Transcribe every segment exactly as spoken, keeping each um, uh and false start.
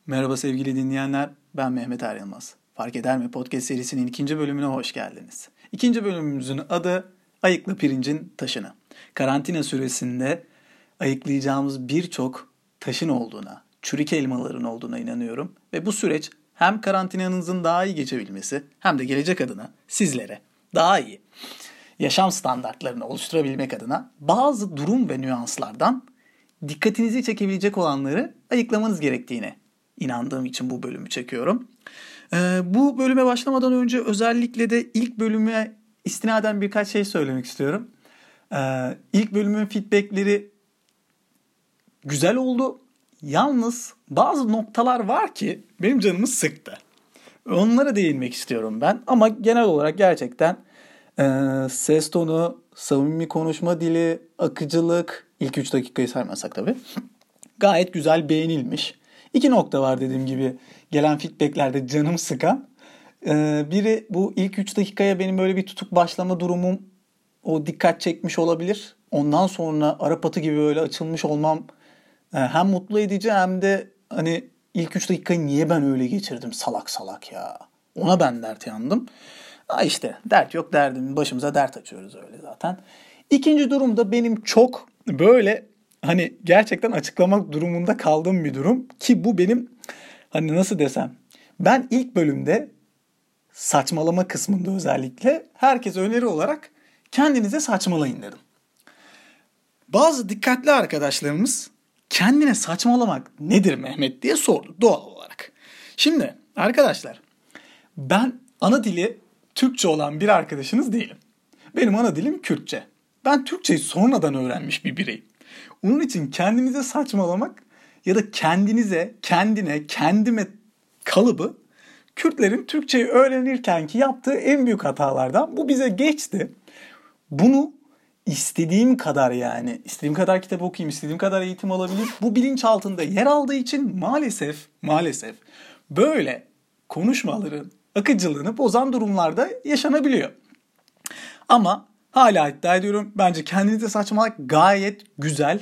Merhaba sevgili dinleyenler, ben Mehmet Er Yılmaz. Fark Eder mi podcast serisinin ikinci bölümüne hoş geldiniz. İkinci bölümümüzün adı Ayıkla Pirincin Taşını. Karantina süresinde ayıklayacağımız birçok taşın olduğuna, çürük elmaların olduğuna inanıyorum. Ve bu süreç hem karantinanızın daha iyi geçebilmesi hem de gelecek adına sizlere daha iyi yaşam standartlarını oluşturabilmek adına bazı durum ve nüanslardan dikkatinizi çekebilecek olanları ayıklamanız gerektiğine inandığım için bu bölümü çekiyorum. Ee, bu bölüme başlamadan önce özellikle de ilk bölüme istinaden birkaç şey söylemek istiyorum. Ee, ilk bölümün feedbackleri güzel oldu. Yalnız bazı noktalar var ki benim canımı sıktı. Onlara değinmek istiyorum ben. Ama genel olarak gerçekten e, ses tonu, samimi konuşma dili, akıcılık, ilk üç dakikayı saymasak tabii, gayet güzel beğenilmiş. İki nokta var dediğim gibi gelen feedbacklerde canım sıkan. Ee, biri bu ilk üç dakikaya benim böyle bir tutuk başlama durumum o dikkat çekmiş olabilir. Ondan sonra Arap atı gibi böyle açılmış olmam e, hem mutlu edici hem de hani ilk üç dakikayı niye ben öyle geçirdim salak salak ya. Ona ben dert yandım. Ha işte dert yok derdim, başımıza dert açıyoruz öyle zaten. İkinci durum da benim çok böyle hani gerçekten açıklamak durumunda kaldığım bir durum ki bu benim hani nasıl desem, ben ilk bölümde saçmalama kısmında özellikle herkese öneri olarak kendinize saçmalayın dedim. Bazı dikkatli arkadaşlarımız kendine saçmalamak nedir Mehmet diye sordu doğal olarak. Şimdi arkadaşlar, ben ana dili Türkçe olan bir arkadaşınız değilim. Benim ana dilim Kürtçe. Ben Türkçeyi sonradan öğrenmiş bir bireyim. Onun için kendinize saçmalamak ya da kendinize, kendine, kendime kalıbı Kürtlerin Türkçeyi öğrenirkenki yaptığı en büyük hatalardan. Bu bize geçti. Bunu istediğim kadar yani, istediğim kadar kitap okuyayım, istediğim kadar eğitim alabilirim. Bu bilinç altında yer aldığı için maalesef, maalesef böyle konuşmaların akıcılığını bozan durumlarda yaşanabiliyor. Ama hala iddia ediyorum, bence kendinize saçmalamak gayet güzel,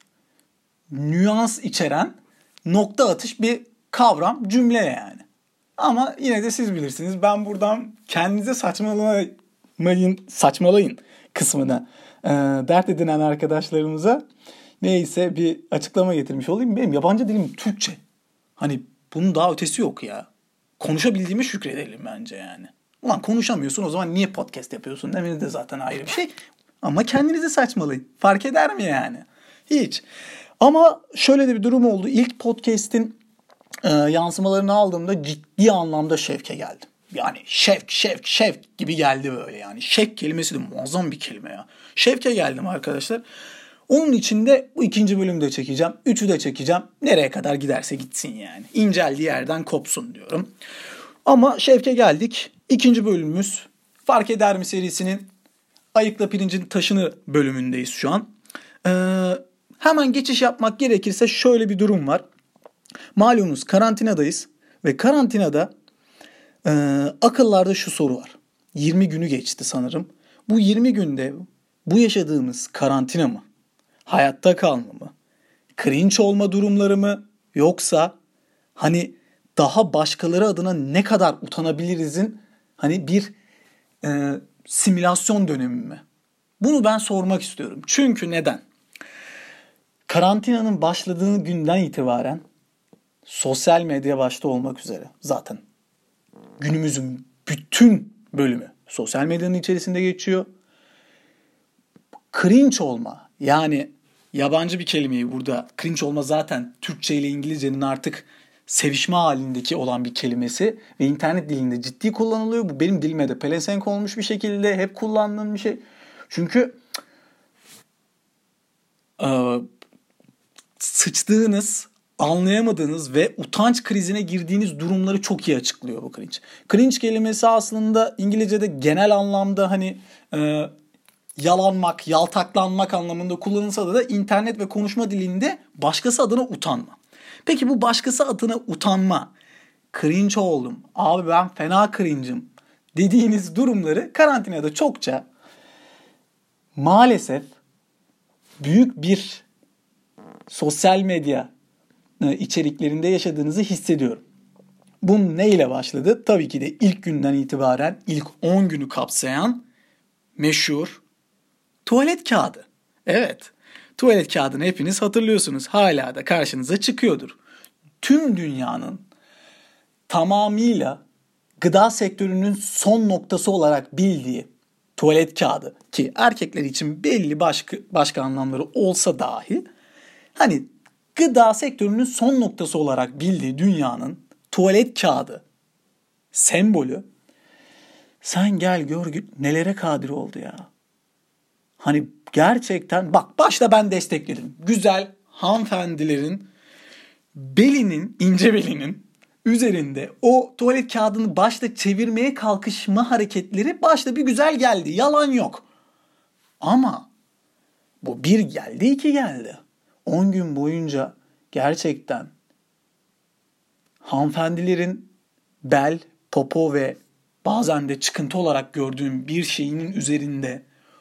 nüans içeren, nokta atış bir kavram, cümle yani. Ama yine de siz bilirsiniz. Ben buradan kendinize saçmalamayın, saçmalayın kısmına e, dert edinen arkadaşlarımıza neyse bir açıklama getirmiş olayım. Benim yabancı dilim Türkçe. Hani bunun daha ötesi yok ya. Konuşabildiğime şükredelim bence yani. Ulan konuşamıyorsun, o zaman niye podcast yapıyorsun demeniz de zaten ayrı bir şey. Ama kendinize saçmalayın. Fark eder mi yani? Hiç. Ama şöyle de bir durum oldu. İlk podcast'in e, yansımalarını aldığımda ciddi anlamda şevke geldim. Yani şevk, şevk, şevk gibi geldi böyle yani. Şevk kelimesi de muazzam bir kelime ya. Şevke geldim arkadaşlar. Onun için de bu ikinci bölümü de çekeceğim. Üçü de çekeceğim. Nereye kadar giderse gitsin yani. İnceldiği yerden kopsun diyorum. Ama şevke geldik. İkinci bölümümüz Fark Eder mi serisinin Ayıkla Pirincin Taşını bölümündeyiz şu an. Ee, hemen geçiş yapmak gerekirse şöyle bir durum var. Malumunuz karantinadayız ve karantinada e, akıllarda şu soru var. yirmi günü geçti sanırım. Bu yirmi günde bu yaşadığımız karantina mı? Hayatta kalma mı? Cringe olma durumları mı? Yoksa hani daha başkaları adına ne kadar utanabilirizin hani bir e, simülasyon dönemi mi? Bunu ben sormak istiyorum. Çünkü neden? Karantinanın başladığı günden itibaren sosyal medya başta olmak üzere zaten günümüzün bütün bölümü sosyal medyanın içerisinde geçiyor. Cringe olma, yani yabancı bir kelimeyi burada, cringe olma zaten Türkçe ile İngilizcenin artık sevişme halindeki olan bir kelimesi ve internet dilinde ciddi kullanılıyor. Bu benim dilime de pelesenk olmuş bir şekilde hep kullandığım bir şey. Çünkü e, sıçtığınız, anlayamadığınız ve utanç krizine girdiğiniz durumları çok iyi açıklıyor bu cringe. Cringe kelimesi aslında İngilizce'de genel anlamda hani e, yalanmak, yaltaklanmak anlamında kullanılsa da internet ve konuşma dilinde başkası adına utanma. Peki bu başkası adına utanma, cringe oldum, abi ben fena cringe'im dediğiniz durumları karantinada çokça maalesef büyük bir sosyal medya içeriklerinde yaşadığınızı hissediyorum. Bu neyle başladı? Tabii ki de ilk günden itibaren ilk on günü kapsayan meşhur tuvalet kağıdı. Evet, tuvalet kağıdını hepiniz hatırlıyorsunuz. Hala da karşınıza çıkıyordur. Tüm dünyanın tamamıyla gıda sektörünün son noktası olarak bildiği tuvalet kağıdı, ki erkekler için belli başka, başka anlamları olsa dahi hani gıda sektörünün son noktası olarak bildiği dünyanın tuvalet kağıdı sembolü, sen gel gör nelere kadir oldu ya. Hani gerçekten bak, başta ben destekledim. Güzel hanımefendilerin belinin, ince belinin üzerinde o tuvalet kağıdını başta çevirmeye kalkışma hareketleri başta bir güzel geldi. Yalan yok. Ama bu bir geldi, iki geldi. on gün boyunca gerçekten hanımefendilerin bel, popo ve bazen de çıkıntı olarak gördüğüm bir şeyinin üzerinde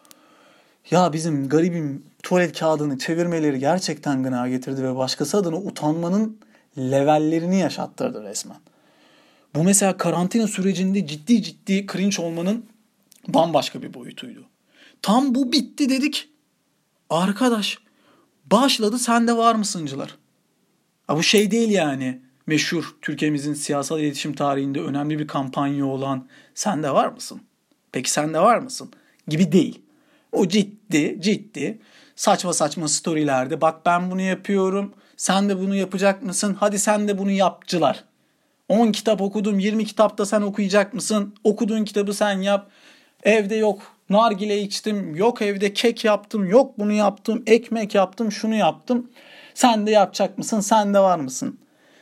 ya bizim garibim tuvalet kağıdını çevirmeleri gerçekten gına getirdi ve başkası adına utanmanın levellerini yaşattırdı resmen. Bu mesela karantina sürecinde ciddi ciddi cringe olmanın bambaşka bir boyutuydu. Tam bu bitti dedik. Arkadaş başladı sende var mısıncılar. Ha, bu şey değil yani. Meşhur Türkiye'mizin siyasal iletişim tarihinde önemli bir kampanya olan sen de var mısın? Peki sen de var mısın? Gibi değil. O ciddi ciddi saçma saçma storylerde bak ben bunu yapıyorum, sen de bunu yapacak mısın? Hadi sen de bunu yapçılar. on kitap okudum, yirmi kitapta sen okuyacak mısın? Okuduğun kitabı sen yap. Evde yok nargile içtim, yok evde kek yaptım, yok bunu yaptım, ekmek yaptım, şunu yaptım. Sen de yapacak mısın? Sen de var mısın?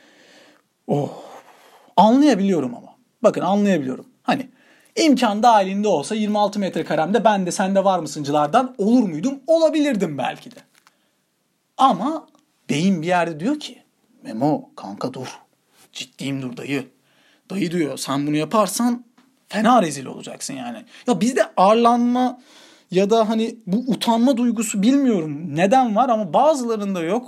Oh, anlayabiliyorum ama. Bakın anlayabiliyorum. Hani imkan dahilinde olsa yirmi altı metrekaremde ben de sen de var mısıncılardan olur muydum? Olabilirdim belki de. Ama beyin bir yerde diyor ki Memo kanka dur. Ciddiyim dur dayı. Dayı diyor sen bunu yaparsan fena rezil olacaksın yani. Ya bizde ağırlanma ya da hani bu utanma duygusu bilmiyorum neden var ama bazılarında yok.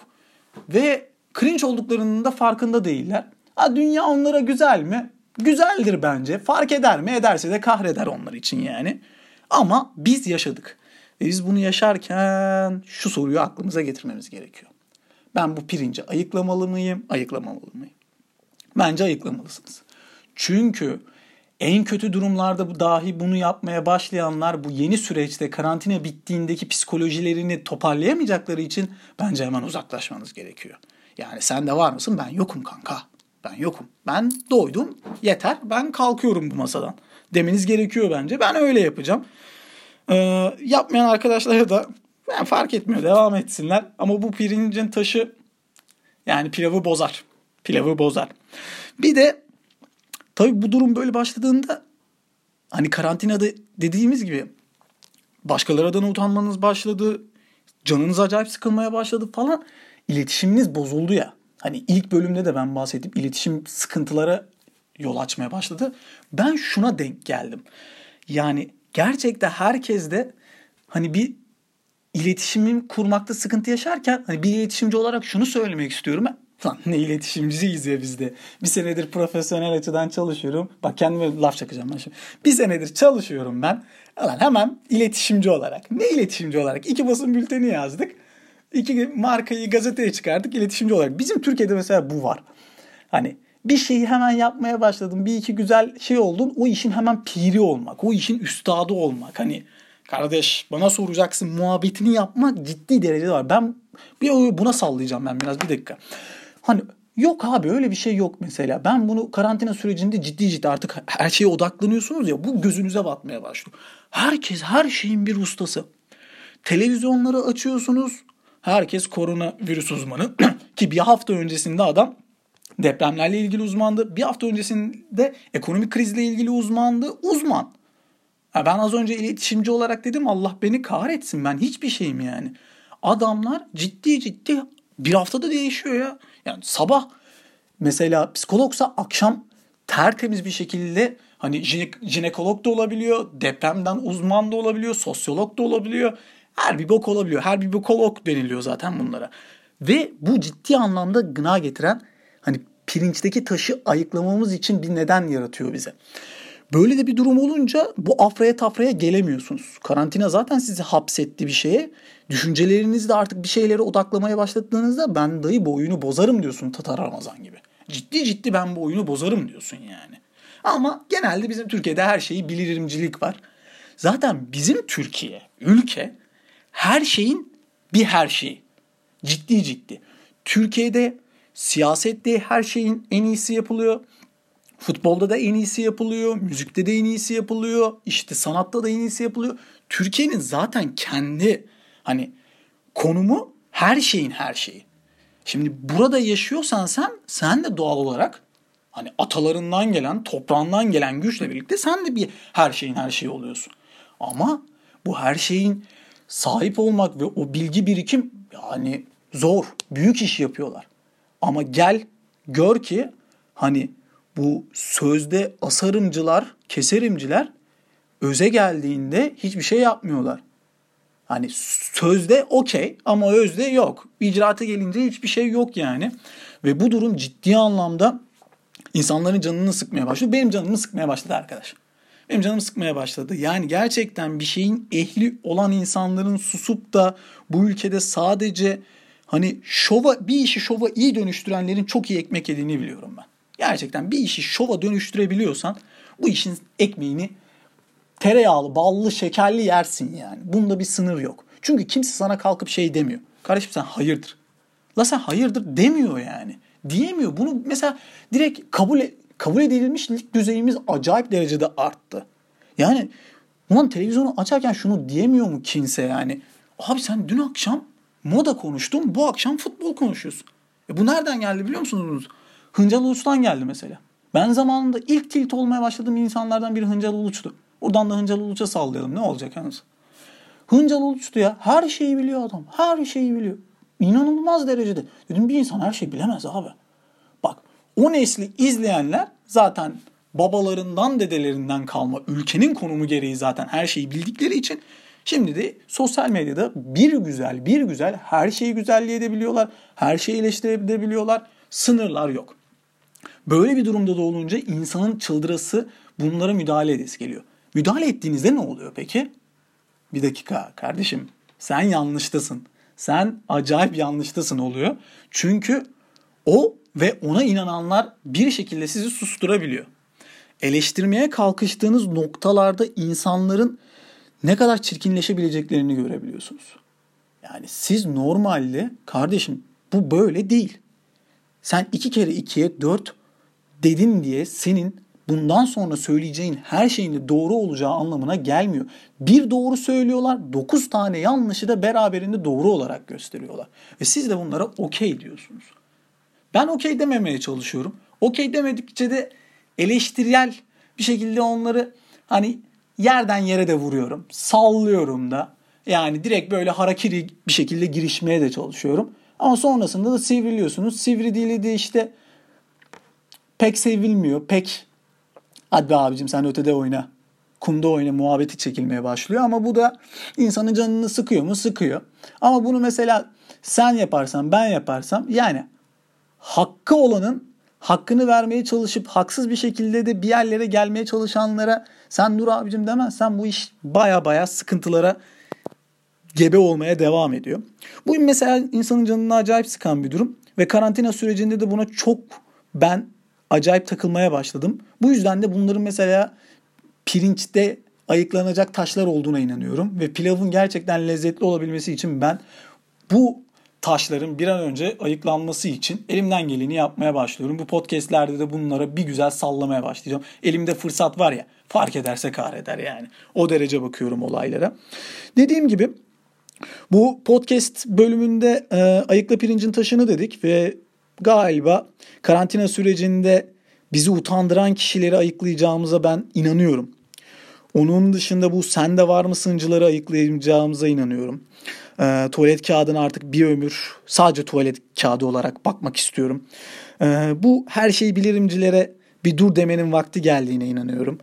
Ve cringe olduklarının da farkında değiller. Ha, dünya onlara güzel mi? Güzeldir bence. Fark eder mi? Ederse de kahreder onlar için yani. Ama biz yaşadık. Ve biz bunu yaşarken şu soruyu aklımıza getirmemiz gerekiyor. Ben bu pirinci ayıklamalı mıyım? Ayıklamamalı mıyım? Bence ayıklamalısınız. Çünkü en kötü durumlarda dahi bunu yapmaya başlayanlar bu yeni süreçte karantina bittiğindeki psikolojilerini toparlayamayacakları için bence hemen uzaklaşmanız gerekiyor. Yani sen de var mısın? Ben yokum kanka. Ben yokum. Ben doydum. Yeter. Ben kalkıyorum bu masadan. Demeniz gerekiyor bence. Ben öyle yapacağım. Ee, yapmayan arkadaşlara da ben fark etmiyor. Devam etsinler. Ama bu pirincin taşı yani pilavı bozar. Pilavı bozar. Bir de tabii bu durum böyle başladığında hani karantinada dediğimiz gibi başkaları adına utanmanız başladı. Canınız acayip sıkılmaya başladı falan. İletişiminiz bozuldu ya. Hani ilk bölümde de ben bahsettim. İletişim sıkıntılara yol açmaya başladı. Ben şuna denk geldim. Yani gerçekten herkes de hani bir iletişimi kurmakta sıkıntı yaşarken hani bir iletişimci olarak şunu söylemek istiyorum. Lan ne iletişimciyiz ya biz de. Bir senedir profesyonel açıdan çalışıyorum. Bak kendime laf çakacağım ben şimdi. Bir senedir çalışıyorum ben. Lan hemen iletişimci olarak. Ne iletişimci olarak? İki basın bülteni yazdık. İki markayı gazeteye çıkardık iletişimci olarak. Bizim Türkiye'de mesela bu var. Hani bir şeyi hemen yapmaya başladın. Bir iki güzel şey oldun. O işin hemen piri olmak. O işin üstadı olmak. Hani kardeş bana soracaksın muhabbetini yapmak ciddi derecede var. Ben bir buna sallayacağım ben biraz bir dakika. Hani yok abi öyle bir şey yok mesela. Ben bunu karantina sürecinde ciddi ciddi artık her şeye odaklanıyorsunuz ya. Bu gözünüze batmaya başlıyor. Herkes her şeyin bir ustası. Televizyonları açıyorsunuz. Herkes koronavirüs uzmanı. Ki bir hafta öncesinde adam depremlerle ilgili uzmandı. Bir hafta öncesinde ekonomik krizle ilgili uzmandı. Uzman. Ya ben az önce iletişimci olarak dedim Allah beni kahretsin. Ben hiçbir şeyim yani. Adamlar ciddi ciddi bir haftada değişiyor ya. Yani sabah mesela psikologsa akşam tertemiz bir şekilde hani jine- jinekolog da olabiliyor. Depremden uzman da olabiliyor. Sosyolog da olabiliyor. Her bir bok olabiliyor. Her bir bokolog deniliyor zaten bunlara. Ve bu ciddi anlamda gına getiren, hani pirinçteki taşı ayıklamamız için bir neden yaratıyor bize. Böyle de bir durum olunca bu afraya tafraya gelemiyorsunuz. Karantina zaten sizi hapsetti bir şeye. Düşüncelerinizde artık bir şeylere odaklamaya başladığınızda ben dayı bu oyunu bozarım diyorsun Tatar Ramazan gibi. Ciddi ciddi ben bu oyunu bozarım diyorsun yani. Ama genelde bizim Türkiye'de her şeyi bilirimcilik var. Zaten bizim Türkiye, ülke her şeyin bir her şeyi. Ciddi ciddi. Türkiye'de siyasette her şeyin en iyisi yapılıyor. Futbolda da en iyisi yapılıyor. Müzikte de en iyisi yapılıyor. İşte sanatta da en iyisi yapılıyor. Türkiye'nin zaten kendi hani konumu her şeyin her şeyi. Şimdi burada yaşıyorsan sen, sen de doğal olarak hani atalarından gelen, toprağından gelen güçle birlikte sen de bir her şeyin her şeyi oluyorsun. Ama bu her şeyin sahip olmak ve o bilgi birikim yani zor, büyük iş yapıyorlar. Ama gel gör ki hani bu sözde asarımcılar, keserimciler öze geldiğinde hiçbir şey yapmıyorlar. Hani sözde okey ama özde yok. İcraata gelince hiçbir şey yok yani. Ve bu durum ciddi anlamda insanların canını sıkmaya başladı. Benim canımı sıkmaya başladı arkadaş. Benim canımı sıkmaya başladı. Yani gerçekten bir şeyin ehli olan insanların susup da bu ülkede sadece hani şova, bir işi şova iyi dönüştürenlerin çok iyi ekmek yediğini biliyorum ben. Gerçekten bir işi şova dönüştürebiliyorsan bu işin ekmeğini tereyağlı, ballı, şekerli yersin yani. Bunda bir sınır yok. Çünkü kimse sana kalkıp şey demiyor. Kardeşim sen hayırdır. La sen hayırdır demiyor yani. Diyemiyor. Bunu mesela direkt kabul kabul edilmişlik düzeyimiz acayip derecede arttı. Yani ulan televizyonu açarken şunu diyemiyor mu kimse yani? Abi sen dün akşam moda konuştun, bu akşam futbol konuşuyorsun. E bu nereden geldi biliyor musunuz? Hıncal Uluç'tan geldi mesela. Ben zamanında ilk tilt olmaya başladığım insanlardan biri Hıncal Uluç'tu. Oradan da Hıncal Uluç'a sallayalım. Ne olacak yalnız? Hıncal Uluç'tu ya. Her şeyi biliyor adam. Her şeyi biliyor. İnanılmaz derecede. Dedim bir insan her şeyi bilemez abi. Bak o nesli izleyenler zaten babalarından dedelerinden kalma ülkenin konumu gereği zaten her şeyi bildikleri için şimdi de sosyal medyada bir güzel bir güzel her şeyi güzelliğe edebiliyorlar. Her şeyi eleştirebiliyorlar. Sınırlar yok. Böyle bir durumda da olunca insanın çıldırası bunlara müdahale edesi geliyor. Müdahale ettiğinizde ne oluyor peki? Bir dakika kardeşim sen yanlıştasın. Sen acayip yanlıştasın oluyor. Çünkü o ve ona inananlar bir şekilde sizi susturabiliyor. Eleştirmeye kalkıştığınız noktalarda insanların ne kadar çirkinleşebileceklerini görebiliyorsunuz. Yani siz normalde kardeşim bu böyle değil. Sen iki kere ikiye dört dedin diye senin bundan sonra söyleyeceğin her şeyin de doğru olacağı anlamına gelmiyor. Bir doğru söylüyorlar, dokuz tane yanlışı da beraberinde doğru olarak gösteriyorlar. Ve siz de bunlara okey diyorsunuz. Ben okey dememeye çalışıyorum. Okey demedikçe de eleştirel bir şekilde onları hani yerden yere de vuruyorum. Sallıyorum da. Yani direkt böyle harakiri bir şekilde girişmeye de çalışıyorum. Ama sonrasında da sivriliyorsunuz. Sivri dili de işte pek sevilmiyor. Pek hadi be abicim sen ötede oyna. Kumda oyna muhabbeti çekilmeye başlıyor. Ama bu da insanın canını sıkıyor mu? Sıkıyor. Ama bunu mesela sen yaparsan ben yaparsam yani hakkı olanın hakkını vermeye çalışıp haksız bir şekilde de bir yerlere gelmeye çalışanlara sen dur abicim demezsen bu iş baya baya sıkıntılara gebe olmaya devam ediyor. Bu mesela insanın canını acayip sıkan bir durum ve karantina sürecinde de buna çok ben acayip takılmaya başladım. Bu yüzden de bunların mesela pirinçte ayıklanacak taşlar olduğuna inanıyorum ve pilavın gerçekten lezzetli olabilmesi için ben bu taşların bir an önce ayıklanması için elimden geleni yapmaya başlıyorum. Bu podcastlerde de bunlara bir güzel sallamaya başlayacağım. Elimde fırsat var ya, fark ederse kahreder yani. O derece bakıyorum olaylara. Dediğim gibi bu podcast bölümünde e, ayıkla pirincin taşını dedik ve galiba karantina sürecinde bizi utandıran kişileri ayıklayacağımıza ben inanıyorum. Onun dışında bu sende var mısıncıları ayıklayacağımıza inanıyorum. E, tuvalet kağıdına artık bir ömür sadece tuvalet kağıdı olarak bakmak istiyorum. E, bu her şeyi bilirimcilere bir dur demenin vakti geldiğine inanıyorum.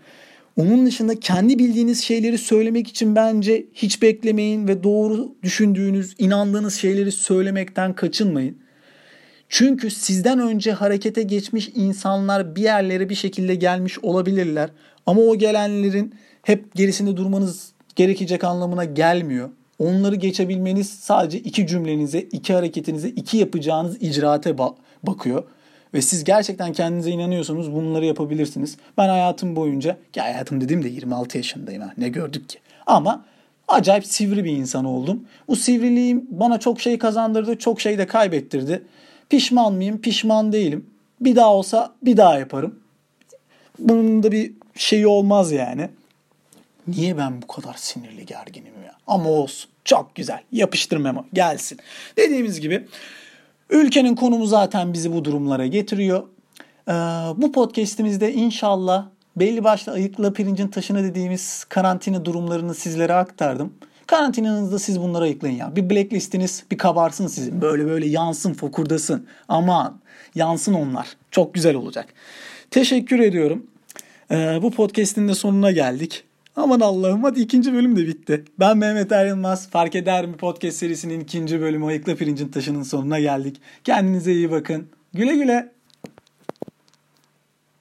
Onun dışında kendi bildiğiniz şeyleri söylemek için bence hiç beklemeyin ve doğru düşündüğünüz, inandığınız şeyleri söylemekten kaçınmayın. Çünkü sizden önce harekete geçmiş insanlar bir yerlere bir şekilde gelmiş olabilirler. Ama o gelenlerin hep gerisinde durmanız gerekecek anlamına gelmiyor. Onları geçebilmeniz sadece iki cümlenize, iki hareketinize, iki yapacağınız icraate ba- bakıyor. Ve siz gerçekten kendinize inanıyorsanız bunları yapabilirsiniz. Ben hayatım boyunca, ki hayatım dediğimde yirmi altı yaşındayım ha, ne gördük ki. Ama acayip sivri bir insan oldum. Bu sivriliğim bana çok şey kazandırdı, çok şey de kaybettirdi. Pişman mıyım? Pişman değilim. Bir daha olsa bir daha yaparım. Bunun da bir şeyi olmaz yani. Niye ben bu kadar sinirli gerginim ya? Ama olsun. Çok güzel. Yapıştır Memo. Gelsin. Dediğimiz gibi ülkenin konumu zaten bizi bu durumlara getiriyor. Ee, bu podcast'imizde inşallah belli başlı ayıkla pirincin taşını dediğimiz karantina durumlarını sizlere aktardım. Karantinanızda siz bunları ayıklayın ya. Bir blacklistiniz bir kabarsın sizin. Böyle böyle yansın, fokurdasın. Aman yansın onlar. Çok güzel olacak. Teşekkür ediyorum. Ee, bu podcast'in de sonuna geldik. Aman Allah'ım, hadi ikinci bölüm de bitti. Ben Mehmet Er Yılmaz. Fark eder mi podcast serisinin ikinci bölümü Ayıkla Pirincin Taşı'nın sonuna geldik. Kendinize iyi bakın. Güle güle.